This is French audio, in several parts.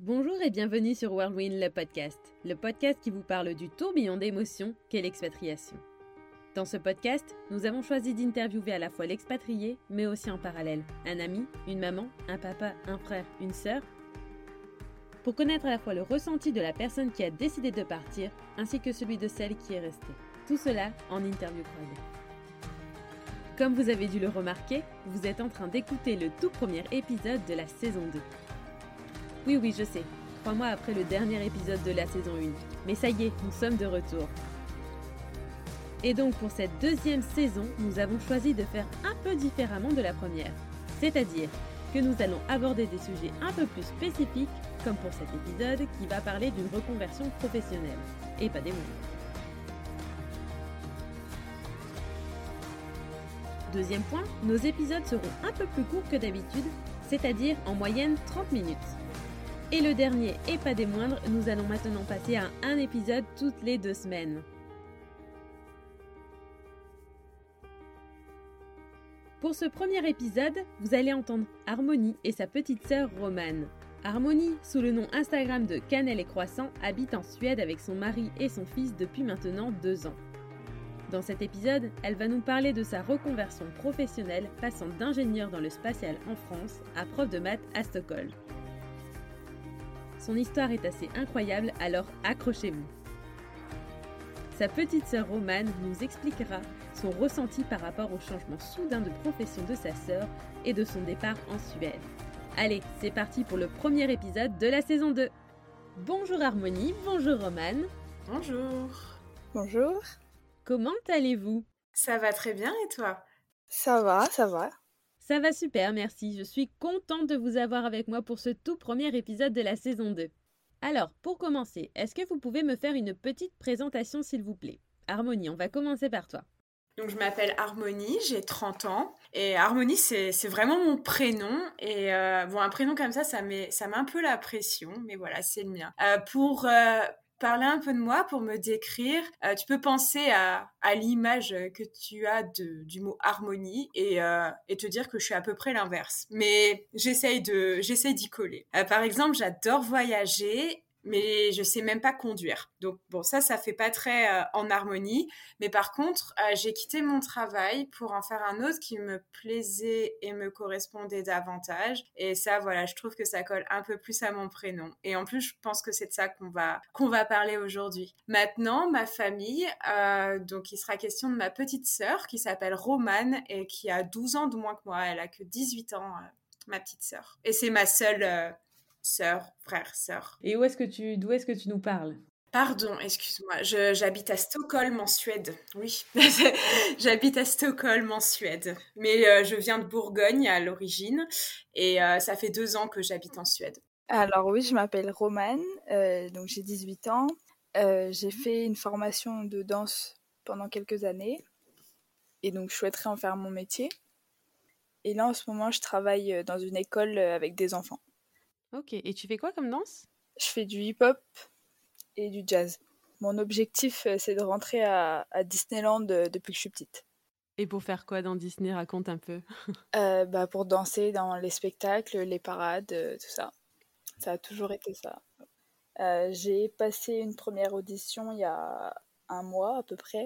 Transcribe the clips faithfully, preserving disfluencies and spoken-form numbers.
Bonjour et bienvenue sur Whirlwind, le podcast, le podcast qui vous parle du tourbillon d'émotions qu'est l'expatriation. Dans ce podcast, nous avons choisi d'interviewer à la fois l'expatrié, mais aussi en parallèle, un ami, une maman, un papa, un frère, une sœur, pour connaître à la fois le ressenti de la personne qui a décidé de partir, ainsi que celui de celle qui est restée. Tout cela en interview croisée. Comme vous avez dû le remarquer, vous êtes en train d'écouter le tout premier épisode de la saison deux. Oui, oui, je sais, trois mois après le dernier épisode de la saison un. Mais ça y est, nous sommes de retour. Et donc pour cette deuxième saison, nous avons choisi de faire un peu différemment de la première. C'est-à-dire que nous allons aborder des sujets un peu plus spécifiques, comme pour cet épisode qui va parler d'une reconversion professionnelle. Et pas des moindres. Deuxième point, nos épisodes seront un peu plus courts que d'habitude, c'est-à-dire en moyenne trente minutes. Et le dernier, et pas des moindres, nous allons maintenant passer à un épisode toutes les deux semaines. Pour ce premier épisode, vous allez entendre Harmonie et sa petite sœur Romane. Harmonie, sous le nom Instagram de Cannelle et Croissant, habite en Suède avec son mari et son fils depuis maintenant deux ans. Dans cet épisode, elle va nous parler de sa reconversion professionnelle passant d'ingénieur dans le spatial en France à prof de maths à Stockholm. Son histoire est assez incroyable, alors accrochez-vous. Sa petite sœur Romane nous expliquera son ressenti par rapport au changement soudain de profession de sa sœur et de son départ en Suède. Allez, c'est parti pour le premier épisode de la saison deux. Bonjour Harmonie, bonjour Romane. Bonjour. Bonjour. Comment allez-vous ? Ça va très bien et toi ? Ça va, ça va. Ça va super, merci. Je suis contente de vous avoir avec moi pour ce tout premier épisode de la saison deux. Alors, pour commencer, est-ce que vous pouvez me faire une petite présentation s'il vous plaît ? Harmonie, on va commencer par toi. Donc je m'appelle Harmonie, j'ai trente ans et Harmonie c'est, c'est vraiment mon prénom et euh, bon un prénom comme ça ça met, ça met un peu la pression mais voilà c'est le mien. Euh, pour euh, parler un peu de moi, pour me décrire, euh, tu peux penser à, à l'image que tu as de, du mot harmonie et, euh, et te dire que je suis à peu près l'inverse. Mais j'essaye, de, j'essaye d'y coller. Euh, par exemple, j'adore voyager, mais je sais même pas conduire. Donc bon, ça, ça fait pas très euh, en harmonie. Mais par contre, euh, j'ai quitté mon travail pour en faire un autre qui me plaisait et me correspondait davantage. Et ça, voilà, je trouve que ça colle un peu plus à mon prénom. Et en plus, je pense que c'est de ça qu'on va, qu'on va parler aujourd'hui. Maintenant, ma famille, euh, donc il sera question de ma petite sœur qui s'appelle Romane et qui a douze ans de moins que moi. Elle a que dix-huit ans, euh, ma petite sœur. Et c'est ma seule... Euh, Sœur, frère, sœur. Et où est-ce que tu, d'où est-ce que tu nous parles ? Pardon, excuse-moi, je, j'habite à Stockholm en Suède. Oui, j'habite à Stockholm en Suède. Mais euh, je viens de Bourgogne à l'origine et euh, ça fait deux ans que j'habite en Suède. Alors oui, je m'appelle Romane, euh, donc j'ai dix-huit ans. Euh, j'ai fait une formation de danse pendant quelques années et donc je souhaiterais en faire mon métier. Et là en ce moment, je travaille dans une école avec des enfants. Ok, et tu fais quoi comme danse ? Je fais du hip-hop et du jazz. Mon objectif, c'est de rentrer à, à Disneyland euh, depuis que je suis petite. Et pour faire quoi dans Disney ? Raconte un peu. euh, bah, pour danser dans les spectacles, les parades, euh, tout ça. Ça a toujours été ça. Euh, j'ai passé une première audition il y a un mois à peu près.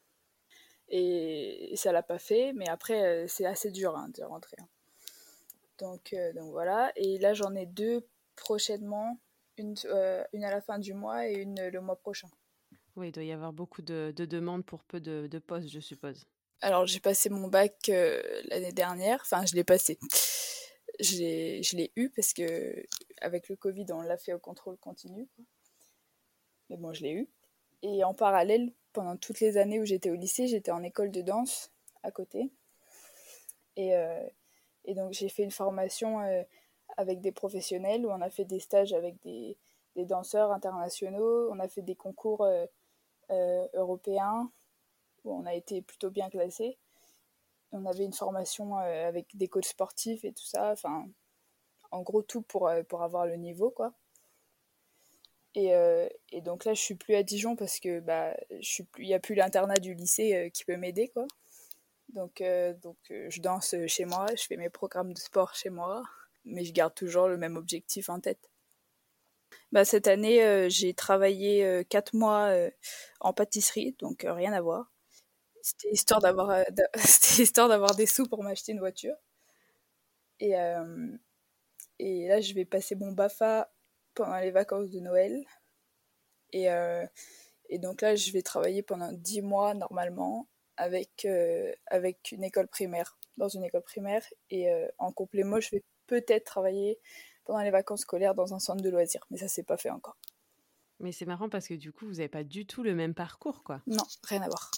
Et ça l'a pas fait, mais après, euh, c'est assez dur hein, de rentrer. Donc, euh, donc voilà. Et là, j'en ai deux prochainement. Une, euh, une à la fin du mois et une le mois prochain. Oui, il doit y avoir beaucoup de, de demandes pour peu de, de postes, je suppose. Alors, j'ai passé mon bac euh, l'année dernière. Enfin, je l'ai passé. J'ai, je l'ai eu parce que avec le Covid, on l'a fait au contrôle continu. Mais bon, je l'ai eu. Et en parallèle, pendant toutes les années où j'étais au lycée, j'étais en école de danse à côté. Et, euh, et donc, j'ai fait une formation euh, avec des professionnels où on a fait des stages avec des, des danseurs internationaux. On a fait des concours euh, euh, européens où on a été plutôt bien classés. On avait une formation euh, avec des coachs sportifs et tout ça. Enfin, en gros, tout pour, euh, pour avoir le niveau, quoi. Et, euh, et donc là, je suis plus à Dijon parce que bah, je suis plus, il n'y a plus l'internat du lycée euh, qui peut m'aider, quoi. Donc, euh, donc euh, je danse chez moi, je fais mes programmes de sport chez moi, mais je garde toujours le même objectif en tête. Bah, cette année, euh, j'ai travaillé euh, quatre mois euh, en pâtisserie, donc euh, rien à voir. C'était histoire d'avoir euh, d'a- c'était histoire d'avoir des sous pour m'acheter une voiture. Et, euh, et là, je vais passer mon BAFA pendant les vacances de Noël. Et, euh, et donc là, je vais travailler pendant dix mois normalement avec, euh, avec une école primaire, dans une école primaire. Et euh, en complément, je vais peut-être travailler pendant les vacances scolaires dans un centre de loisirs. Mais ça, c'est pas fait encore. Mais c'est marrant parce que du coup, vous n'avez pas du tout le même parcours, quoi. Non, rien à voir.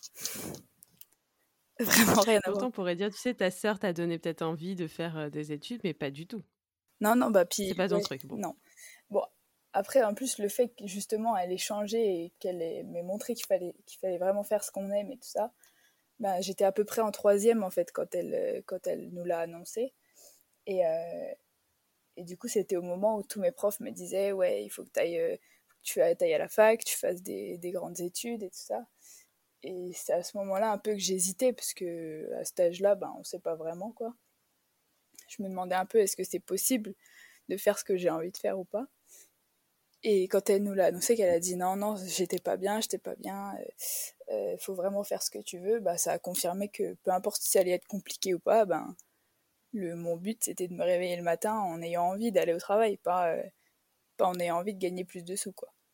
Vraiment rien à voir. Pourtant, on pourrait dire, tu sais, ta sœur t'a donné peut-être envie de faire euh, des études, mais pas du tout. Non, non, bah puis... C'est pas ton ouais, truc, bon. non. Bon, après, en plus, le fait que justement, elle ait changé et qu'elle ait- m'ait montré qu'il fallait, qu'il fallait vraiment faire ce qu'on aime et tout ça, bah, j'étais à peu près en troisième, en fait, quand elle, euh, quand elle nous l'a annoncé. Et, euh, et du coup, c'était au moment où tous mes profs me disaient, ouais, il faut que t'ailles, euh, faut que tu ailles à la fac, tu fasses des, des grandes études et tout ça. Et c'est à ce moment-là un peu que j'hésitais, parce que à cet âge-là, ben, on sait pas vraiment, quoi. Je me demandais un peu, est-ce que c'est possible de faire ce que j'ai envie de faire ou pas. Et quand elle nous l'a annoncé, qu'elle a dit non, non, j'étais pas bien, j'étais pas bien, il euh, euh, faut vraiment faire ce que tu veux, bah, ça a confirmé que peu importe si ça allait être compliqué ou pas, ben, le, mon but c'était de me réveiller le matin en ayant envie d'aller au travail, pas, euh, pas en ayant envie de gagner plus de sous, quoi.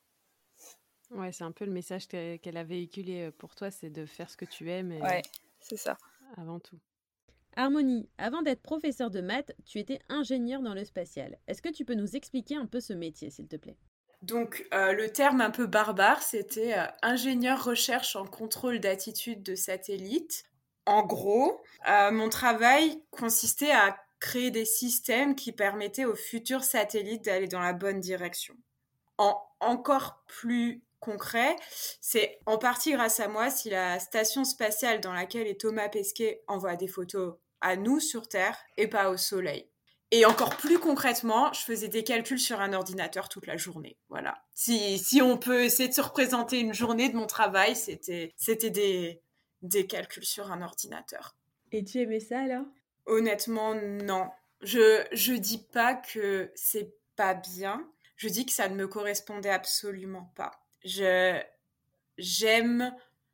Ouais, c'est un peu le message que- qu'elle a véhiculé euh, pour toi, c'est de faire ce que tu aimes et, Ouais, c'est ça. avant tout. Harmonie, avant d'être professeur de maths, tu étais ingénieure dans le spatial. Est-ce que tu peux nous expliquer un peu ce métier, s'il te plaît ? Donc, euh, le terme un peu barbare, c'était euh, ingénieur recherche en contrôle d'attitude de satellite. En gros, euh, mon travail consistait à créer des systèmes qui permettaient aux futurs satellites d'aller dans la bonne direction. En encore plus concret, c'est en partie grâce à moi si la station spatiale dans laquelle est Thomas Pesquet envoie des photos à nous sur Terre et pas au Soleil. Et encore plus concrètement, je faisais des calculs sur un ordinateur toute la journée. Voilà. Si, si on peut essayer de se représenter une journée de mon travail, c'était, c'était des, des calculs sur un ordinateur. Et tu aimais ça alors ? Honnêtement, non. Je, je dis pas que c'est pas bien. Je dis que ça ne me correspondait absolument pas. Je, j'aime,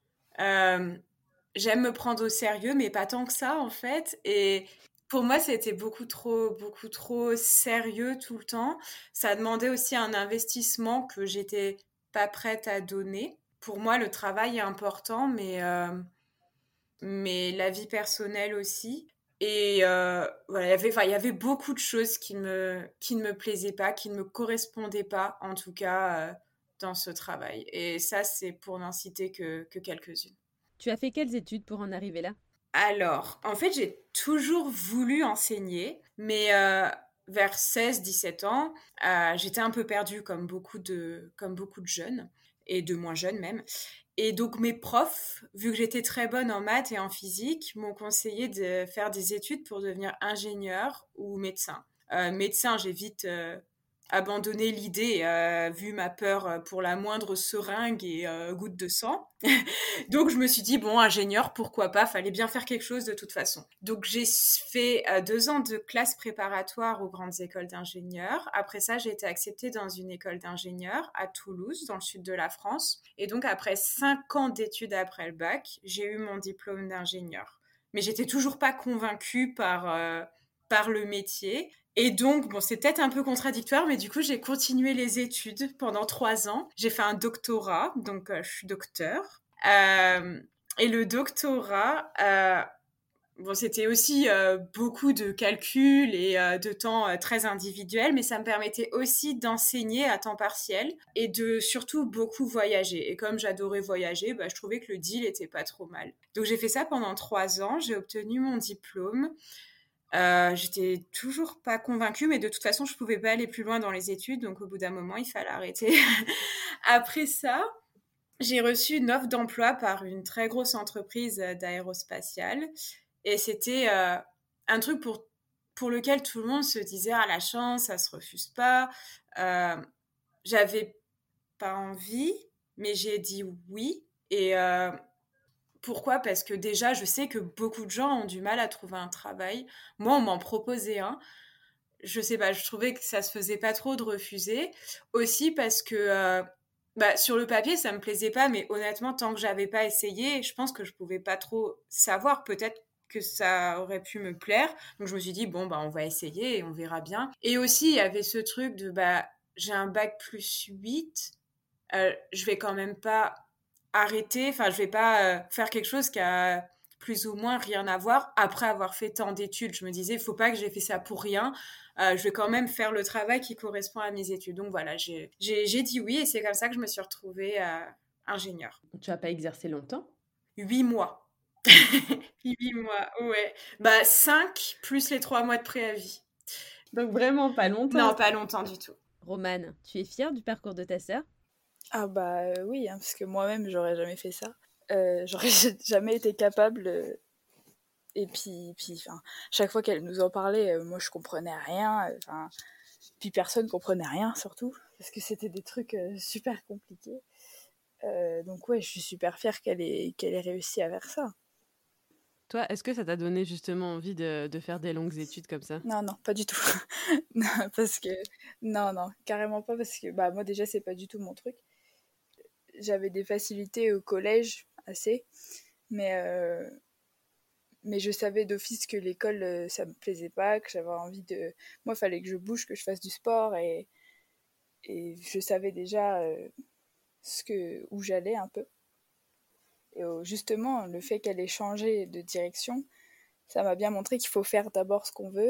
euh, j'aime me prendre au sérieux, mais pas tant que ça, en fait. Et pour moi, c'était beaucoup trop, beaucoup trop sérieux tout le temps. Ça demandait aussi un investissement que j'étais pas prête à donner. Pour moi, le travail est important, mais, euh, mais la vie personnelle aussi. Et euh, voilà, il y avait, enfin, il y avait beaucoup de choses qui, me, qui ne me plaisaient pas, qui ne me correspondaient pas, en tout cas, euh, dans ce travail. Et ça, c'est pour n'en citer que, que quelques-unes. Tu as fait quelles études pour en arriver là ? Alors, en fait, j'ai toujours voulu enseigner, mais euh, vers seize dix-sept ans, euh, j'étais un peu perdue comme beaucoup de, comme beaucoup de jeunes, et de moins jeunes même. Et donc mes profs, vu que j'étais très bonne en maths et en physique, m'ont conseillé de faire des études pour devenir ingénieur ou médecin. Euh, médecin, j'ai vite euh, abandonné l'idée, euh, vu ma peur pour la moindre seringue et euh, goutte de sang. Donc je me suis dit, bon, ingénieur, pourquoi pas, fallait bien faire quelque chose de toute façon. Donc j'ai fait euh, deux ans de classe préparatoire aux grandes écoles d'ingénieurs. Après ça, j'ai été acceptée dans une école d'ingénieurs à Toulouse, dans le sud de la France. Et donc après cinq ans d'études après le bac, j'ai eu mon diplôme d'ingénieur. Mais j'étais toujours pas convaincue par, euh, par le métier. Et donc, bon, c'est peut-être un peu contradictoire, mais du coup, j'ai continué les études pendant trois ans. J'ai fait un doctorat, donc euh, je suis docteur. Euh, et le doctorat, euh, bon, c'était aussi euh, beaucoup de calculs et euh, de temps euh, très individuel, mais ça me permettait aussi d'enseigner à temps partiel et de surtout beaucoup voyager. Et comme j'adorais voyager, bah, je trouvais que le deal était pas trop mal. Donc j'ai fait ça pendant trois ans, j'ai obtenu mon diplôme. Euh, j'étais toujours pas convaincue, mais de toute façon, je pouvais pas aller plus loin dans les études, donc au bout d'un moment, il fallait arrêter. Après ça, j'ai reçu une offre d'emploi par une très grosse entreprise d'aérospatiale, et c'était euh, un truc pour, pour lequel tout le monde se disait « Ah, la chance, ça se refuse pas euh, ». J'avais pas envie, mais j'ai dit oui, et... Euh, pourquoi ? Parce que déjà, je sais que beaucoup de gens ont du mal à trouver un travail. Moi, on m'en proposait un. je sais pas, je trouvais que ça se faisait pas trop de refuser. Aussi parce que euh, bah, sur le papier, ça me plaisait pas, mais honnêtement, tant que j'avais pas essayé, je pense que je pouvais pas trop savoir. Peut-être que ça aurait pu me plaire. Donc je me suis dit, bon, bah, on va essayer et on verra bien. Et aussi, il y avait ce truc de, bah, j'ai un bac plus huit, euh, je vais quand même pas arrêter, enfin, je vais pas euh, faire quelque chose qui a plus ou moins rien à voir après avoir fait tant d'études. Je me disais, il faut pas que j'ai fait ça pour rien. Euh, je vais quand même faire le travail qui correspond à mes études. Donc voilà, j'ai, j'ai, j'ai dit oui et c'est comme ça que je me suis retrouvée euh, ingénieure. Tu n'as pas exercé longtemps? Huit mois. Huit mois, ouais. Bah, cinq plus les trois mois de préavis. Donc vraiment pas longtemps. Non, pas longtemps du tout. Romane, tu es fière du parcours de ta sœur? Ah bah euh, oui, hein, parce que moi-même, j'aurais jamais fait ça. Euh, j'aurais jamais été capable. euh, et puis, puis enfin, chaque fois qu'elle nous en parlait, euh, moi, je comprenais rien. Enfin, puis personne comprenait rien, surtout, parce que c'était des trucs euh, super compliqués. Euh, donc ouais, je suis super fière qu'elle ait, qu'elle ait réussi à faire ça. Toi, est-ce que ça t'a donné justement envie de, de faire des longues études comme ça? Non, non, pas du tout. Non, parce que... Non, non, carrément pas, parce que bah, moi, déjà, c'est pas du tout mon truc. J'avais des facilités au collège, assez, mais, euh, mais je savais d'office que l'école, euh, ça me plaisait pas, que j'avais envie de... Moi, il fallait que je bouge, que je fasse du sport, et, et je savais déjà euh, ce que, où j'allais un peu. Et euh, justement, le fait qu'elle ait changé de direction, ça m'a bien montré qu'il faut faire d'abord ce qu'on veut,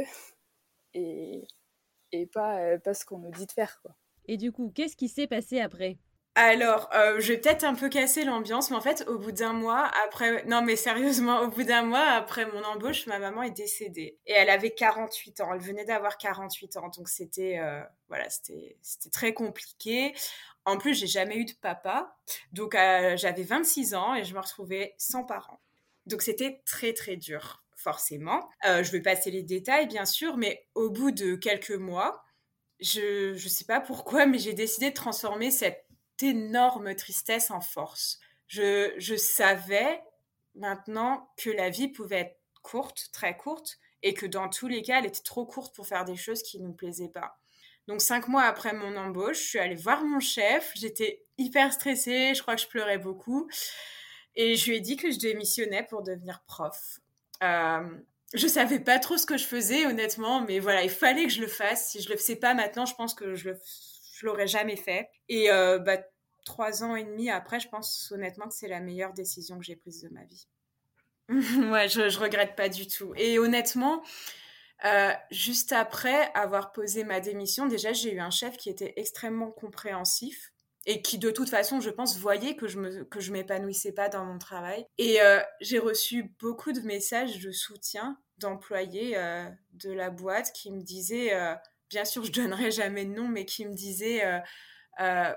et, et pas, euh, pas ce qu'on nous dit de faire, quoi. Et du coup, qu'est-ce qui s'est passé après? Alors, euh, je vais peut-être un peu casser l'ambiance, mais en fait, au bout d'un mois, après... Non, mais sérieusement, au bout d'un mois, après mon embauche, ma maman est décédée. Et elle avait quarante-huit ans. Elle venait d'avoir quarante-huit ans. Donc, c'était... euh, voilà, c'était, c'était très compliqué. En plus, j'ai jamais eu de papa. Donc, euh, j'avais vingt-six ans et je me retrouvais sans parents. Donc, c'était très, très dur, forcément. Euh, je vais passer les détails, bien sûr, mais au bout de quelques mois, je je sais pas pourquoi, mais j'ai décidé de transformer cette énorme tristesse en force. Je, je savais maintenant que la vie pouvait être courte, très courte, et que dans tous les cas, elle était trop courte pour faire des choses qui ne nous plaisaient pas. Donc cinq mois après mon embauche, je suis allée voir mon chef, j'étais hyper stressée, je crois que je pleurais beaucoup, et je lui ai dit que je démissionnais pour devenir prof. Euh, je savais pas trop ce que je faisais, honnêtement, mais voilà, il fallait que je le fasse. Si je le faisais pas maintenant, je pense que je le je l'aurais jamais fait. Et euh, bah, trois ans et demi après, je pense honnêtement que c'est la meilleure décision que j'ai prise de ma vie. Ouais, je, je regrette pas du tout. Et honnêtement, euh, juste après avoir posé ma démission, déjà, j'ai eu un chef qui était extrêmement compréhensif et qui, de toute façon, je pense, voyait que je me, que je m'épanouissais pas dans mon travail. Et euh, j'ai reçu beaucoup de messages de soutien d'employés euh, de la boîte qui me disaient, euh, bien sûr, je donnerai jamais de nom, mais qui me disaient euh, euh,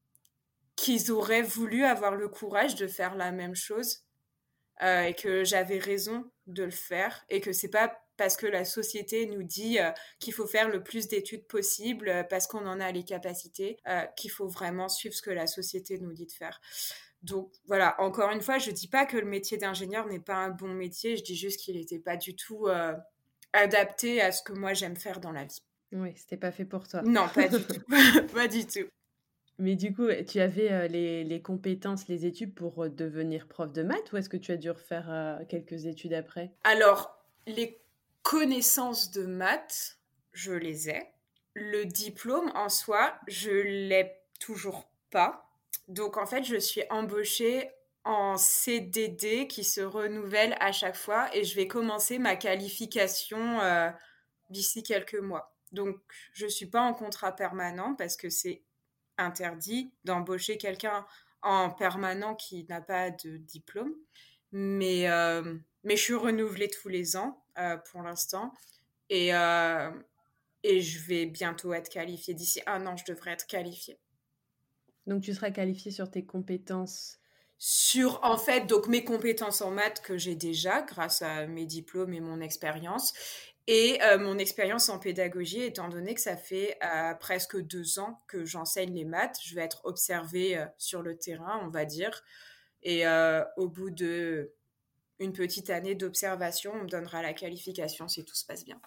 qu'ils auraient voulu avoir le courage de faire la même chose euh, et que j'avais raison de le faire et que c'est pas parce que la société nous dit euh, qu'il faut faire le plus d'études possible euh, parce qu'on en a les capacités, euh, qu'il faut vraiment suivre ce que la société nous dit de faire. Donc voilà, encore une fois, je dis pas que le métier d'ingénieur n'est pas un bon métier, je dis juste qu'il n'était pas du tout euh, adapté à ce que moi j'aime faire dans la vie. Oui, c'était pas fait pour toi. Non, pas du tout. Pas du tout. Mais du coup, tu avais euh, les, les compétences, les études pour euh, devenir prof de maths ou est-ce que tu as dû refaire euh, quelques études après? Alors, les connaissances de maths, je les ai. Le diplôme en soi, je l'ai toujours pas. Donc en fait, je suis embauchée en C D D qui se renouvelle à chaque fois et je vais commencer ma qualification euh, d'ici quelques mois. Donc je suis pas en contrat permanent parce que c'est interdit d'embaucher quelqu'un en permanent qui n'a pas de diplôme. Mais, euh, mais je suis renouvelée tous les ans euh, pour l'instant. Et, euh, et je vais bientôt être qualifiée. D'ici un an, je devrais être qualifiée. Donc tu seras qualifiée sur tes compétences. Sur, en fait, donc mes compétences en maths que j'ai déjà grâce à mes diplômes et mon expérience. Et euh, mon expérience en pédagogie, étant donné que ça fait euh, presque deux ans que j'enseigne les maths, je vais être observée euh, sur le terrain, on va dire. Et euh, au bout de une petite année d'observation, on me donnera la qualification si tout se passe bien.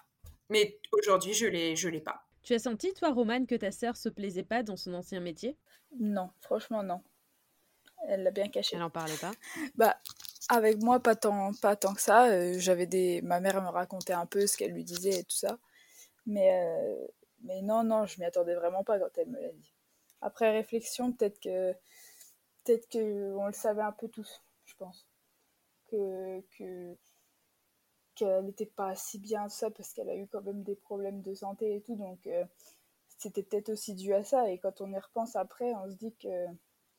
Mais aujourd'hui, je l'ai, je l'ai pas. Tu as senti, toi, Romane, que ta sœur se plaisait pas dans son ancien métier? Non, franchement, non. Elle l'a bien caché. Elle en parlait pas? Bah, avec moi, pas tant, pas tant que ça. Euh, j'avais des... Ma mère me racontait un peu ce qu'elle lui disait et tout ça. Mais, euh, mais non, non, je m'y attendais vraiment pas quand elle me l'a dit. Après réflexion, peut-être que peut-être qu'on le savait un peu tous, je pense. Que, que, qu'elle n'était pas si bien ça parce qu'elle a eu quand même des problèmes de santé et tout. Donc, euh, c'était peut-être aussi dû à ça. Et quand on y repense après, on se dit que,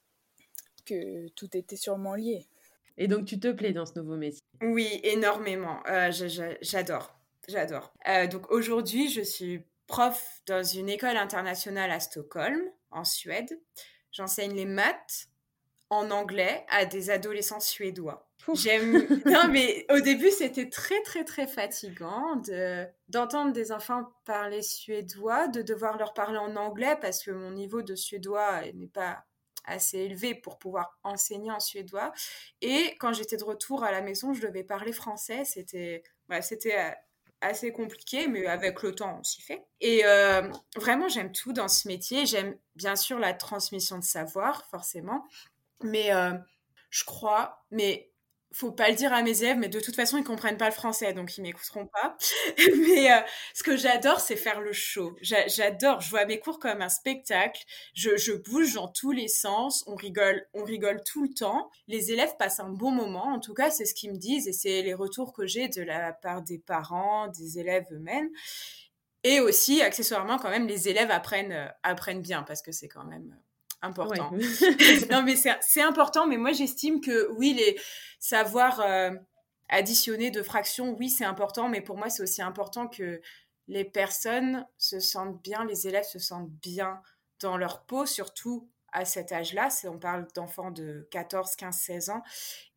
que tout était sûrement lié. Et donc, tu te plais dans ce nouveau métier? Oui, énormément. Euh, je- je- j'adore. J'adore. Euh, donc aujourd'hui, je suis prof dans une école internationale à Stockholm, en Suède. J'enseigne les maths en anglais à des adolescents suédois. Ouf. J'aime. Non, mais au début, c'était très, très, très fatigant de... d'entendre des enfants parler suédois, de devoir leur parler en anglais parce que mon niveau de suédois n'est pas assez élevé pour pouvoir enseigner en suédois. Et quand j'étais de retour à la maison, je devais parler français. C'était, ouais, c'était euh, assez compliqué, mais avec le temps, on s'y fait. Et euh, vraiment, j'aime tout dans ce métier. J'aime bien sûr la transmission de savoir, forcément. Mais euh, je crois, mais faut pas le dire à mes élèves, mais de toute façon, ils comprennent pas le français, donc ils m'écouteront pas. Mais euh, ce que j'adore, c'est faire le show. J'a- j'adore, je vois mes cours comme un spectacle. Je, je bouge dans tous les sens, on rigole, on rigole tout le temps. Les élèves passent un bon moment, en tout cas, c'est ce qu'ils me disent et c'est les retours que j'ai de la part des parents, des élèves eux-mêmes. Et aussi, accessoirement, quand même, les élèves apprennent, euh, apprennent bien parce que c'est quand même important. Ouais. Non, mais c'est, c'est important, mais moi, j'estime que oui, les savoir euh, additionner de fractions, oui, c'est important, mais pour moi, c'est aussi important que les personnes se sentent bien, les élèves se sentent bien dans leur peau, surtout à cet âge-là. C'est, on parle d'enfants de quatorze, quinze, seize ans.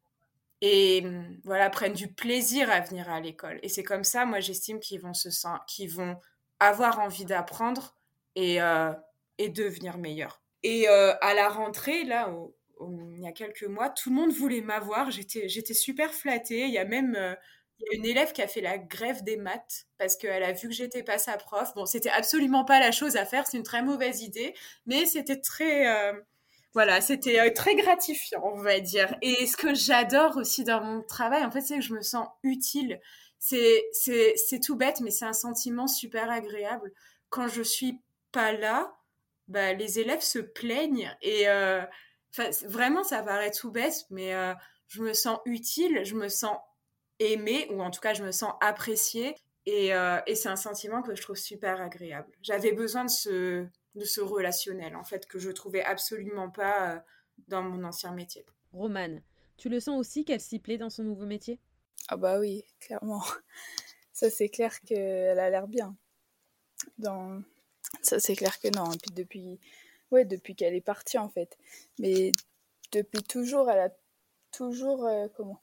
Et hum, voilà, prennent du plaisir à venir à l'école. Et c'est comme ça, moi, j'estime qu'ils vont se sent, qu'ils vont avoir envie d'apprendre et, euh, et devenir meilleurs. Et euh, à la rentrée, là, au- au- il y a quelques mois, tout le monde voulait m'avoir. J'étais, j'étais super flattée. Il y a même euh, il y a une élève qui a fait la grève des maths parce qu'elle a vu que j'étais pas sa prof. Bon, c'était absolument pas la chose à faire. C'est une très mauvaise idée, mais c'était très, euh, voilà, c'était euh, très gratifiant, on va dire. Et ce que j'adore aussi dans mon travail, en fait, c'est que je me sens utile. C'est, c'est, c'est tout bête, mais c'est un sentiment super agréable. Quand je suis pas là, bah, les élèves se plaignent et euh, enfin, vraiment, ça paraît tout bête, mais euh, je me sens utile, je me sens aimée, ou en tout cas, je me sens appréciée. Et, euh, et c'est un sentiment que je trouve super agréable. J'avais besoin de ce, de ce relationnel, en fait, que je trouvais absolument pas euh, dans mon ancien métier. Romane, tu le sens aussi qu'elle s'y plaît dans son nouveau métier? Ah bah oui, clairement. Ça, c'est clair qu'elle a l'air bien. Dans... Ça, c'est clair que non. Et puis depuis, ouais, depuis qu'elle est partie, en fait. Mais depuis toujours, elle a toujours... euh, comment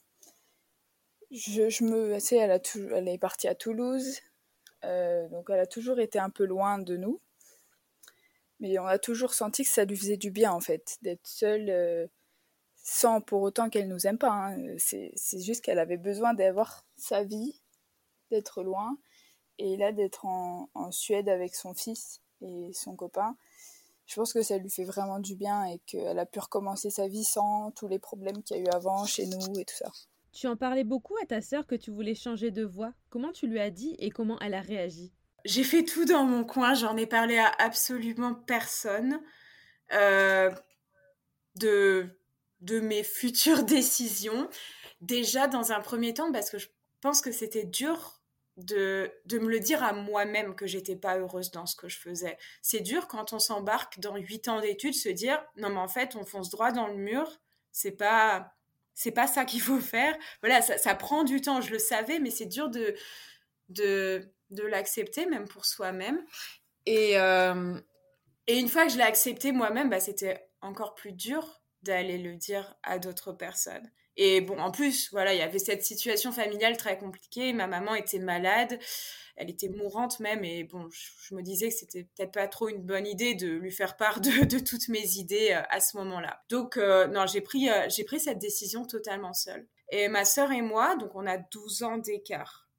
je, je me... Tu sais, elle, a tou- elle est partie à Toulouse. Euh, donc, elle a toujours été un peu loin de nous. Mais on a toujours senti que ça lui faisait du bien, en fait, d'être seule, euh, sans pour autant qu'elle nous aime pas. Hein. C'est, c'est juste qu'elle avait besoin d'avoir sa vie, d'être loin. Et là, d'être en, en Suède avec son fils et son copain, je pense que ça lui fait vraiment du bien et qu'elle a pu recommencer sa vie sans tous les problèmes qu'il y a eu avant chez nous et tout ça. Tu en parlais beaucoup à ta sœur que tu voulais changer de voix. Comment tu lui as dit et comment elle a réagi? J'ai fait tout dans mon coin, j'en ai parlé à absolument personne euh, de, de mes futures décisions. Déjà, dans un premier temps, parce que je pense que c'était dur de, de me le dire à moi-même que j'étais pas heureuse dans ce que je faisais. C'est dur quand on s'embarque dans huit ans d'études, se dire non mais en fait on fonce droit dans le mur, c'est pas c'est pas ça qu'il faut faire. Voilà, ça, ça prend du temps, je le savais, mais c'est dur de de, de l'accepter même pour soi-même. Et euh, et une fois que je l'ai accepté moi-même, bah, c'était encore plus dur d'aller le dire à d'autres personnes. Et bon, en plus, voilà, il y avait cette situation familiale très compliquée. Ma maman était malade, elle était mourante même, et bon, je, je me disais que c'était peut-être pas trop une bonne idée de lui faire part de, de toutes mes idées euh, à ce moment-là. Donc, euh, non, j'ai pris, euh, j'ai pris cette décision totalement seule. Et ma sœur et moi, donc on a douze ans d'écart.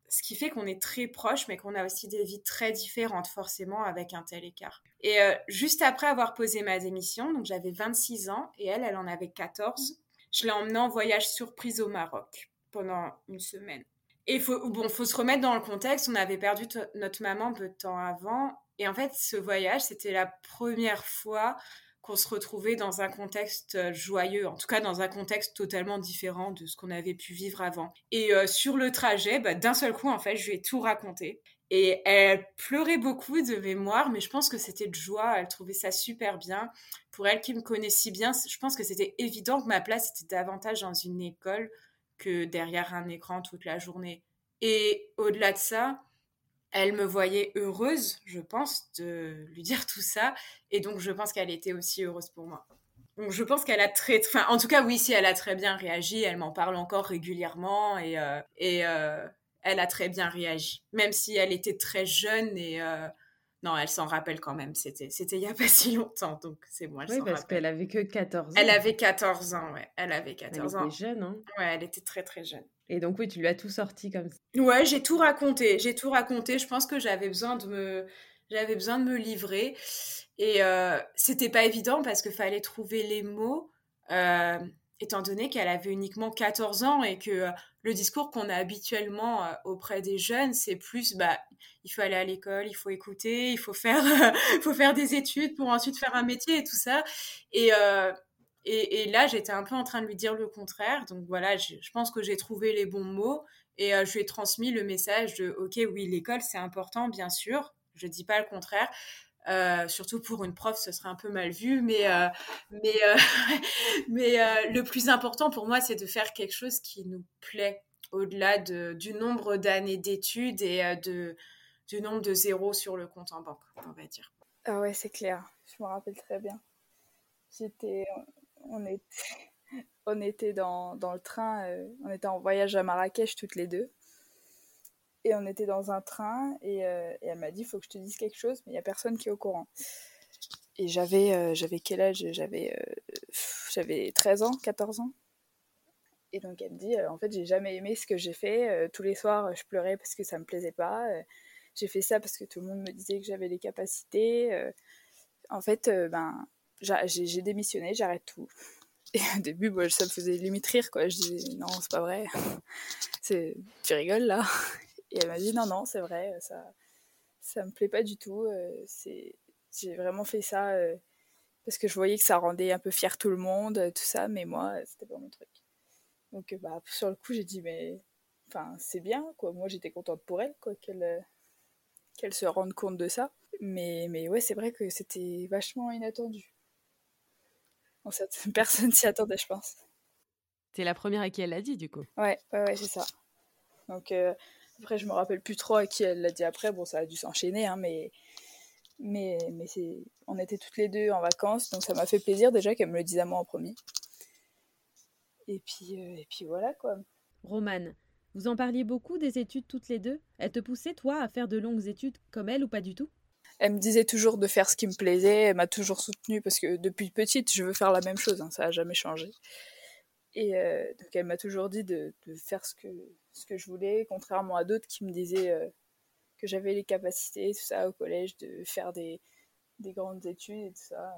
ce qui fait qu'on est très proches, mais qu'on a aussi des vies très différentes, forcément, avec un tel écart. Et euh, juste après avoir posé ma démission, donc j'avais vingt-six ans, et elle, elle en avait quatorze, je l'ai emmenée en voyage surprise au Maroc pendant une semaine. Et il faut, bon, faut se remettre dans le contexte, on avait perdu t- notre maman peu de temps avant, et en fait, ce voyage, c'était la première fois qu'on se retrouvait dans un contexte joyeux, en tout cas dans un contexte totalement différent de ce qu'on avait pu vivre avant. Et euh, sur le trajet, bah, d'un seul coup, en fait, je lui ai tout raconté. Et elle pleurait beaucoup de mémoire, mais je pense que c'était de joie, elle trouvait ça super bien. Pour elle qui me connaît si bien, je pense que c'était évident que ma place était davantage dans une école que derrière un écran toute la journée. Et au-delà de ça, elle me voyait heureuse, je pense, de lui dire tout ça. Et donc, je pense qu'elle était aussi heureuse pour moi. Donc, je pense qu'elle a très... Enfin, en tout cas, oui, si elle a très bien réagi. Elle m'en parle encore régulièrement. Et, euh, et euh, elle a très bien réagi. Même si elle était très jeune. Et euh, non, elle s'en rappelle quand même. C'était, c'était il n'y a pas si longtemps. Donc, c'est bon, elle Oui, s'en parce rappelle. qu'elle avait que quatorze ans. Elle avait quatorze ans, ouais. Elle avait Elle quatorze était ans. jeune, hein. Ouais, elle était très, très jeune. Et donc, oui, tu lui as tout sorti comme ça. Ouais, j'ai tout raconté. J'ai tout raconté. Je pense que j'avais besoin de me, j'avais besoin de me livrer. Et euh, c'était pas évident parce qu'il fallait trouver les mots, euh, étant donné qu'elle avait uniquement quatorze ans et que euh, le discours qu'on a habituellement euh, auprès des jeunes, c'est plus, bah, il faut aller à l'école, il faut écouter, il faut faire, il faut faire des études pour ensuite faire un métier et tout ça. Et euh, et, et là, j'étais un peu en train de lui dire le contraire. Donc voilà, je, je pense que j'ai trouvé les bons mots. Et euh, je lui ai transmis le message de « Ok, oui, l'école, c'est important, bien sûr. Je ne dis pas le contraire. Euh, surtout pour une prof, ce serait un peu mal vu. Mais, euh, mais, euh, mais euh, le plus important pour moi, c'est de faire quelque chose qui nous plaît au-delà de, du nombre d'années d'études et euh, de, du nombre de zéros sur le compte en banque, on va dire. » Ah ouais, c'est clair. Je me rappelle très bien. J'étais... On était... On était dans, dans le train, euh, on était en voyage à Marrakech toutes les deux. Et on était dans un train et, euh, et elle m'a dit, il faut que je te dise quelque chose, mais il n'y a personne qui est au courant. Et j'avais, euh, j'avais quel âge ? J'avais, euh, j'avais treize ans, quatorze ans. Et donc elle me dit, euh, en fait, j'ai jamais aimé ce que j'ai fait. Euh, tous les soirs, je pleurais parce que ça me plaisait pas. Euh, j'ai fait ça parce que tout le monde me disait que j'avais les capacités. Euh, en fait, euh, ben, j'ai, j'ai démissionné, j'arrête tout. Et au début, moi, ça me faisait limite rire, quoi. Je disais, non, c'est pas vrai. C'est... Tu rigoles, là ? Et elle m'a dit, non, non, c'est vrai, ça, ça me plaît pas du tout. Euh, c'est... J'ai vraiment fait ça euh, parce que je voyais que ça rendait un peu fier tout le monde, tout ça, mais moi, c'était pas mon truc. Donc, bah, sur le coup, j'ai dit, mais enfin, c'est bien, quoi. Moi, j'étais contente pour elle, quoi, qu'elle, qu'elle se rende compte de ça. Mais, mais ouais, c'est vrai que c'était vachement inattendu. Bon, ça, personne s'y attendait, je pense. T'es la première à qui elle l'a dit, du coup. Ouais, ouais, ouais, c'est ça. Donc, euh, après, je me rappelle plus trop à qui elle l'a dit après. Bon, ça a dû s'enchaîner, hein, mais, mais, mais c'est... on était toutes les deux en vacances, donc ça m'a fait plaisir déjà qu'elle me le dise à moi en premier. Et puis, euh, et puis voilà, quoi. Romane, vous en parliez beaucoup des études toutes les deux ? Elle te poussait, toi, à faire de longues études comme elle ou pas du tout ? Elle me disait toujours de faire ce qui me plaisait, elle m'a toujours soutenue parce que depuis petite, je veux faire la même chose, hein, ça n'a jamais changé. Et euh, donc elle m'a toujours dit de, de faire ce que, ce que je voulais, contrairement à d'autres qui me disaient euh, que j'avais les capacités, tout ça, au collège, de faire des, des grandes études et tout ça.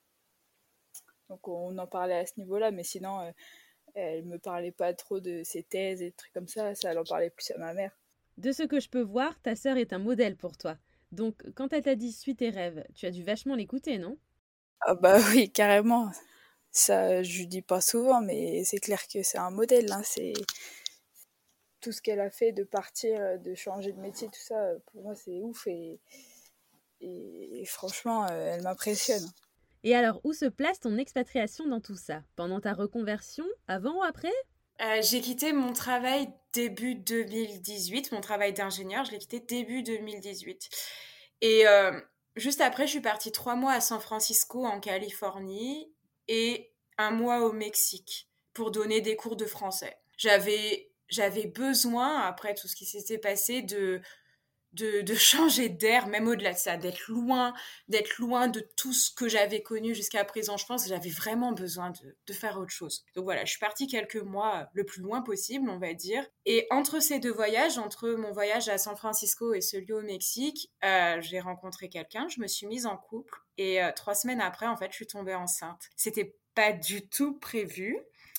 Donc on en parlait à ce niveau-là, mais sinon, euh, elle me parlait pas trop de ses thèses et des trucs comme ça, ça elle en parlait plus à ma mère. De ce que je peux voir, ta sœur est un modèle pour toi. Donc, quand elle t'a dit « suis tes rêves », tu as dû vachement l'écouter, non ? Ah bah oui, carrément. Ça, je lui dis pas souvent, mais c'est clair que c'est un modèle. Hein. C'est tout ce qu'elle a fait de partir, de changer de métier, tout ça, pour moi, c'est ouf. Et, et, et franchement, elle m'impressionne. Et alors, où se place ton expatriation dans tout ça ? Pendant ta reconversion ? Avant ou après ? Euh, j'ai quitté mon travail début deux mille dix-huit, mon travail d'ingénieur, je l'ai quitté début deux mille dix-huit. Et euh, juste après, je suis partie trois mois à San Francisco, en Californie, et un mois au Mexique pour donner des cours de français. J'avais, j'avais besoin, après tout ce qui s'était passé, de, de, de changer d'air, même au-delà de ça, d'être loin, d'être loin de tout ce que j'avais connu jusqu'à présent. Je pense que j'avais vraiment besoin de, de faire autre chose. Donc voilà, je suis partie quelques mois le plus loin possible, on va dire. Et entre ces deux voyages, entre mon voyage à San Francisco et celui au Mexique, euh, j'ai rencontré quelqu'un, je me suis mise en couple et euh, trois semaines après, en fait, je suis tombée enceinte. C'était pas du tout prévu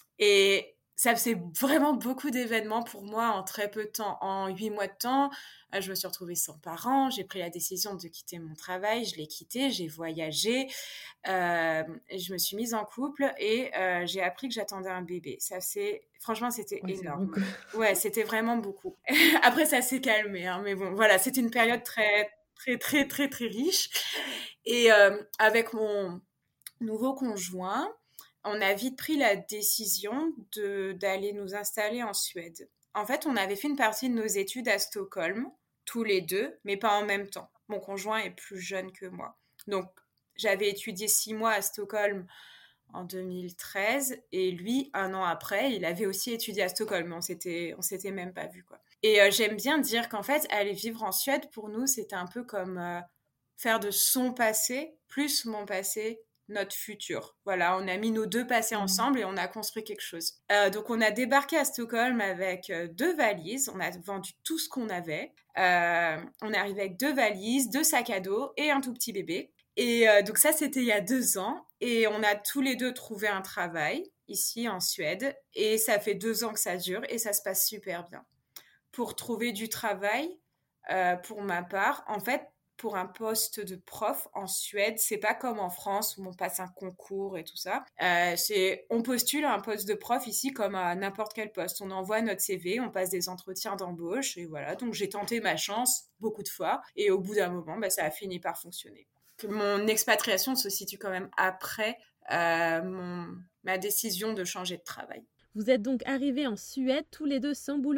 et ça faisait vraiment beaucoup d'événements pour moi en très peu de temps. En huit mois de temps, je me suis retrouvée sans parents, j'ai pris la décision de quitter mon travail, je l'ai quitté, j'ai voyagé, euh, je me suis mise en couple et euh, j'ai appris que j'attendais un bébé. Ça, c'est, franchement, c'était Ouais, énorme. c'est beaucoup. Ouais, c'était vraiment beaucoup. Après, ça s'est calmé, hein, mais bon, voilà, c'était une période très, très, très, très, très riche. Et euh, avec mon nouveau conjoint, on a vite pris la décision de, d'aller nous installer en Suède. En fait, on avait fait une partie de nos études à Stockholm, tous les deux, mais pas en même temps. Mon conjoint est plus jeune que moi. Donc, j'avais étudié six mois à Stockholm en deux mille treize et lui, un an après, il avait aussi étudié à Stockholm. On s'était, on s'était même pas vus, quoi. Et euh, j'aime bien dire qu'en fait, aller vivre en Suède, pour nous, c'était un peu comme euh, faire de son passé plus mon passé notre futur. Voilà, on a mis nos deux passés ensemble et on a construit quelque chose. Euh, donc, on a débarqué à Stockholm avec euh, deux valises. On a vendu tout ce qu'on avait. Euh, on est arrivé avec deux valises, deux sacs à dos et un tout petit bébé. Et euh, donc, ça, c'était il y a deux ans. Et on a tous les deux trouvé un travail ici en Suède. Et ça fait deux ans que ça dure et ça se passe super bien. Pour trouver du travail, euh, pour ma part, en fait, pour un poste de prof en Suède, c'est pas comme en France où on passe un concours et tout ça. Euh, c'est, on postule à un poste de prof ici comme à n'importe quel poste. On envoie notre C V, on passe des entretiens d'embauche et voilà. Donc j'ai tenté ma chance beaucoup de fois et au bout d'un moment, bah, ça a fini par fonctionner. Mon expatriation se situe quand même après euh, mon, ma décision de changer de travail. Vous êtes donc arrivés en Suède tous les deux sans boulot ?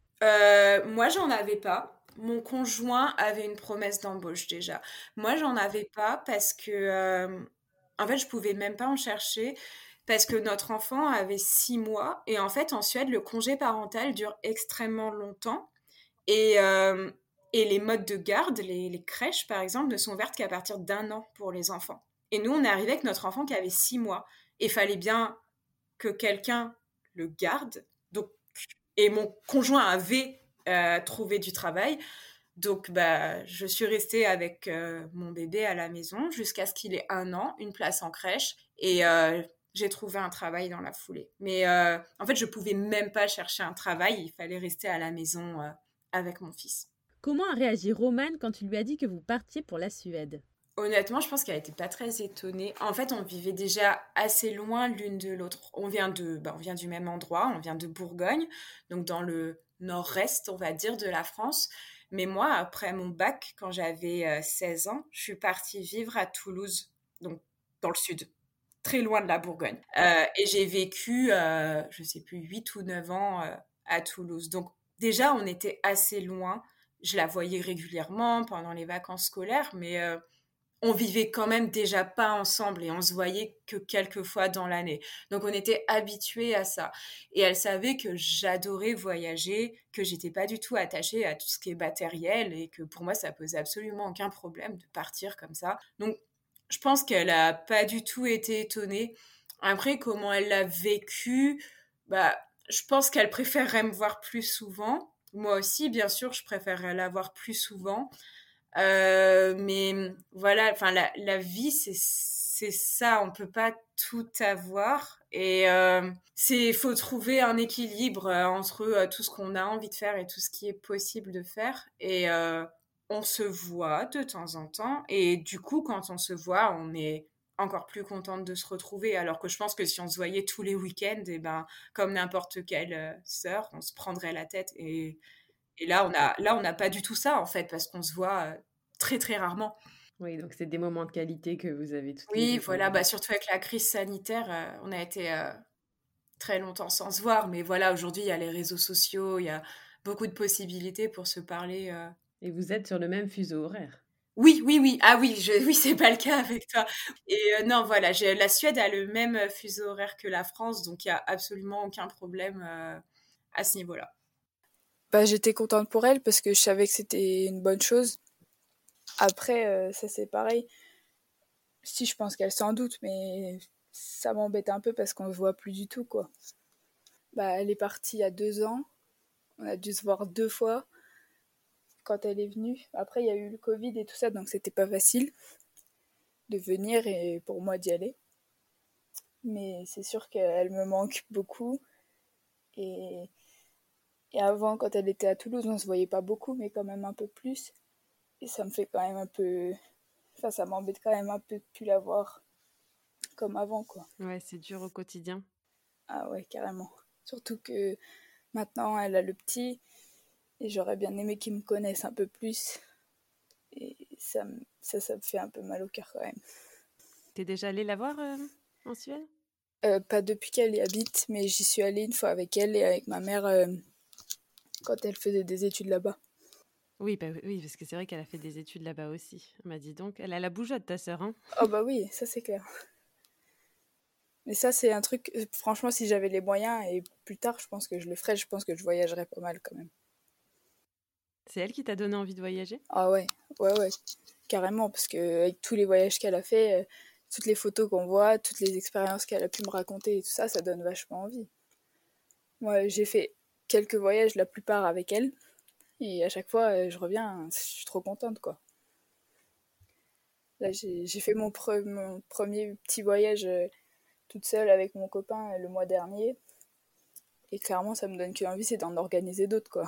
Euh, moi, j'en avais pas. Mon conjoint avait une promesse d'embauche déjà. Moi, j'en avais pas parce que, euh, en fait, je pouvais même pas en chercher parce que notre enfant avait six mois et en fait, en Suède, le congé parental dure extrêmement longtemps et, euh, et les modes de garde, les, les crèches par exemple, ne sont ouvertes qu'à partir d'un an pour les enfants. Et nous, on est arrivé avec notre enfant qui avait six mois et fallait bien que quelqu'un le garde. Donc, et mon conjoint avait euh, trouvé du travail. Donc, bah, je suis restée avec euh, mon bébé à la maison jusqu'à ce qu'il ait un an, une place en crèche. Et euh, j'ai trouvé un travail dans la foulée. Mais euh, en fait, je pouvais même pas chercher un travail. Il fallait rester à la maison euh, avec mon fils. Comment a réagi Romane quand tu lui as dit que vous partiez pour la Suède ? Honnêtement, je pense qu'elle n'était pas très étonnée. En fait, on vivait déjà assez loin l'une de l'autre. On vient de, bah, on vient du même endroit, on vient de Bourgogne, donc dans le nord-est, on va dire, de la France. Mais moi, après mon bac, quand j'avais euh, seize ans, je suis partie vivre à Toulouse, donc dans le sud, très loin de la Bourgogne. Euh, et j'ai vécu, euh, je sais plus, huit ou neuf ans euh, à Toulouse. Donc déjà, on était assez loin. Je la voyais régulièrement pendant les vacances scolaires, mais euh, on vivait quand même déjà pas ensemble et on se voyait que quelques fois dans l'année. Donc on était habitués à ça. Et elle savait que j'adorais voyager, que j'étais pas du tout attachée à tout ce qui est matériel et que pour moi ça posait absolument aucun problème de partir comme ça. Donc je pense qu'elle a pas du tout été étonnée. Après comment elle l'a vécu, bah je pense qu'elle préférerait me voir plus souvent. Moi aussi, bien sûr, je préférerais la voir plus souvent. Euh, mais voilà, enfin la, la vie c'est c'est ça, on peut pas tout avoir et euh, c'est faut trouver un équilibre euh, entre euh, tout ce qu'on a envie de faire et tout ce qui est possible de faire et euh, on se voit de temps en temps et du coup quand on se voit on est encore plus contente de se retrouver alors que je pense que si on se voyait tous les week-ends et ben comme n'importe quelle euh, sœur on se prendrait la tête et et là, on a, là, on n'a pas du tout ça, en fait, parce qu'on se voit euh, très, très rarement. Oui, donc c'est des moments de qualité que vous avez toutes les Oui, deux voilà, pendant. bah, surtout avec la crise sanitaire, euh, on a été euh, très longtemps sans se voir. Mais voilà, aujourd'hui, il y a les réseaux sociaux, il y a beaucoup de possibilités pour se parler. euh. Et vous êtes sur le même fuseau horaire. Oui, oui, oui. Ah oui, je, oui, c'est pas le cas avec toi. Et euh, non, voilà, j'ai, la Suède a le même euh, fuseau horaire que la France, donc il y a absolument aucun problème euh, à ce niveau-là. Bah, j'étais contente pour elle parce que je savais que c'était une bonne chose. Après, euh, ça c'est pareil. Si, je pense qu'elle s'en doute, mais ça m'embête un peu parce qu'on se voit plus du tout, quoi. Bah, elle est partie il y a deux ans. On a dû se voir deux fois quand elle est venue. Après, il y a eu le Covid et tout ça, donc c'était pas facile de venir et pour moi d'y aller. Mais c'est sûr qu'elle me manque beaucoup. Et, et avant, quand elle était à Toulouse, on se voyait pas beaucoup, mais quand même un peu plus. Et ça me fait quand même un peu... Enfin, ça m'embête quand même un peu de plus la voir comme avant, quoi. Ouais, c'est dur au quotidien. Ah ouais, carrément. Surtout que maintenant, elle a le petit. Et j'aurais bien aimé qu'ils me connaissent un peu plus. Et ça, ça, ça me fait un peu mal au cœur quand même. T'es déjà allée la voir euh, en Suède ? euh, Pas depuis qu'elle y habite, mais j'y suis allée une fois avec elle et avec ma mère euh, quand elle faisait des études là-bas. Oui, bah, oui, parce que c'est vrai qu'elle a fait des études là-bas aussi. Elle m'a dit donc, elle a la bougeotte, ta sœur, hein ? Oh bah oui, ça c'est clair. Mais ça c'est un truc, franchement, si j'avais les moyens, et plus tard je pense que je le ferais, je pense que je voyagerais pas mal quand même. C'est elle qui t'a donné envie de voyager ? Ah ouais, ouais, ouais, carrément, parce qu'avec tous les voyages qu'elle a fait, euh, toutes les photos qu'on voit, toutes les expériences qu'elle a pu me raconter et tout ça, ça donne vachement envie. Moi, j'ai fait quelques voyages, la plupart avec elle, et à chaque fois, euh, je reviens, je suis trop contente, quoi. Là, j'ai, j'ai fait mon, pre- mon premier petit voyage euh, toute seule avec mon copain euh, le mois dernier, et clairement, ça me donne qu'une envie, c'est d'en organiser d'autres, quoi.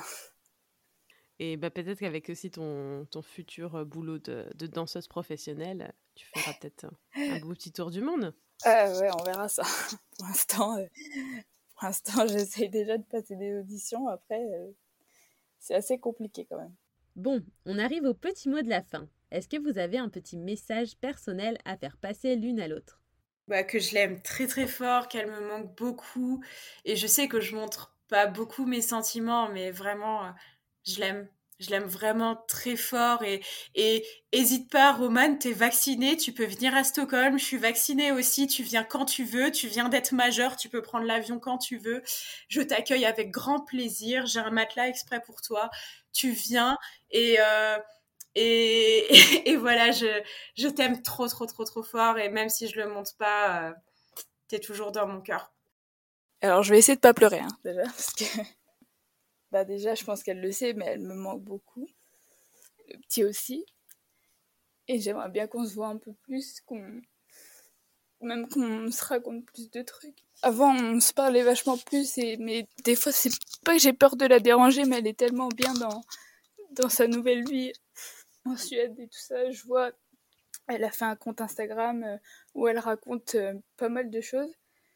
Et bah, peut-être qu'avec aussi ton, ton futur boulot de, de danseuse professionnelle, tu feras peut-être un, un beau petit tour du monde. Ah ouais, on verra ça. Pour l'instant, euh, pour l'instant, j'essaye déjà de passer des auditions. Après, euh, c'est assez compliqué quand même. Bon, on arrive au petit mot de la fin. Est-ce que vous avez un petit message personnel à faire passer l'une à l'autre ? Bah, que je l'aime très très fort, qu'elle me manque beaucoup. Et je sais que je montre pas beaucoup mes sentiments, mais vraiment, euh, je l'aime. Je l'aime vraiment très fort. Et, et hésite pas, Romane, t'es vaccinée, tu peux venir à Stockholm. Je suis vaccinée aussi, tu viens quand tu veux. Tu viens d'être majeure, tu peux prendre l'avion quand tu veux. Je t'accueille avec grand plaisir. J'ai un matelas exprès pour toi. Tu viens et... Euh, Et, et, et voilà, je, je t'aime trop, trop, trop, trop fort. Et même si je le montre pas, euh, t'es toujours dans mon cœur. Alors, je vais essayer de pas pleurer, hein, déjà, parce que... Bah déjà, je pense qu'elle le sait, mais elle me manque beaucoup. Le petit aussi. Et j'aimerais bien qu'on se voit un peu plus, qu'on... même qu'on se raconte plus de trucs. Avant, on se parlait vachement plus, et... mais des fois, c'est pas que j'ai peur de la déranger, mais elle est tellement bien dans, dans sa nouvelle vie en Suède et tout ça. Je vois, elle a fait un compte Instagram euh, où elle raconte euh, pas mal de choses.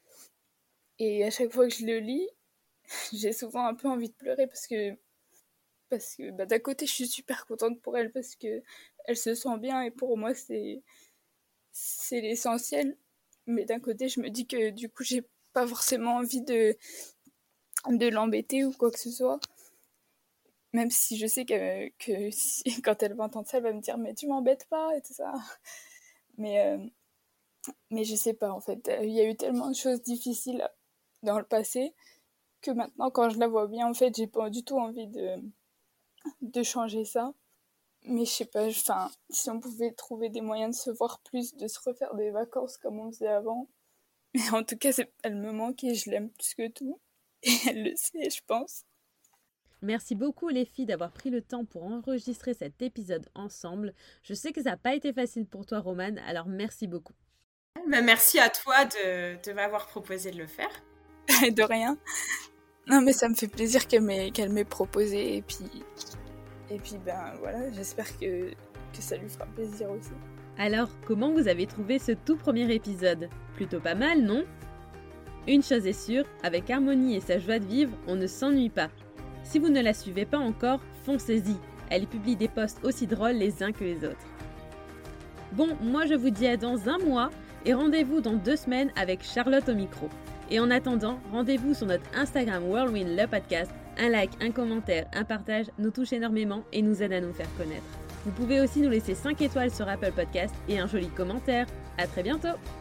Et à chaque fois que je le lis, j'ai souvent un peu envie de pleurer parce que, parce que bah, d'un côté, je suis super contente pour elle parce que elle se sent bien et pour moi, c'est, c'est l'essentiel. Mais d'un côté, je me dis que du coup, j'ai pas forcément envie de, de l'embêter ou quoi que ce soit. Même si je sais que, que si, quand elle va entendre ça, elle va me dire « mais tu m'embêtes pas » et tout ça. Mais, euh, mais je sais pas, en fait. Il y a eu tellement de choses difficiles dans le passé que maintenant, quand je la vois bien, en fait, j'ai pas du tout envie de, de changer ça. Mais je sais pas, enfin, si on pouvait trouver des moyens de se voir plus, de se refaire des vacances comme on faisait avant. Mais en tout cas, c'est, elle me manque et je l'aime plus que tout. Et elle le sait, je pense. Merci beaucoup les filles d'avoir pris le temps pour enregistrer cet épisode ensemble. Je sais que ça n'a pas été facile pour toi, Romane, alors merci beaucoup. Bah, merci à toi de, de m'avoir proposé de le faire. De rien. Non, mais ça me fait plaisir qu'elle m'ait, qu'elle m'ait proposé. Et puis, et puis ben voilà, j'espère que, que ça lui fera plaisir aussi. Alors, comment vous avez trouvé ce tout premier épisode ? Plutôt pas mal, non ? Une chose est sûre, avec Harmonie et sa joie de vivre, on ne s'ennuie pas. Si vous ne la suivez pas encore, foncez-y. Elle publie des posts aussi drôles les uns que les autres. Bon, moi je vous dis à dans un mois et rendez-vous dans deux semaines avec Charlotte au micro. Et en attendant, rendez-vous sur notre Instagram Whirlwind le podcast. Un like, un commentaire, un partage nous touche énormément et nous aide à nous faire connaître. Vous pouvez aussi nous laisser cinq étoiles sur Apple Podcast et un joli commentaire. À très bientôt!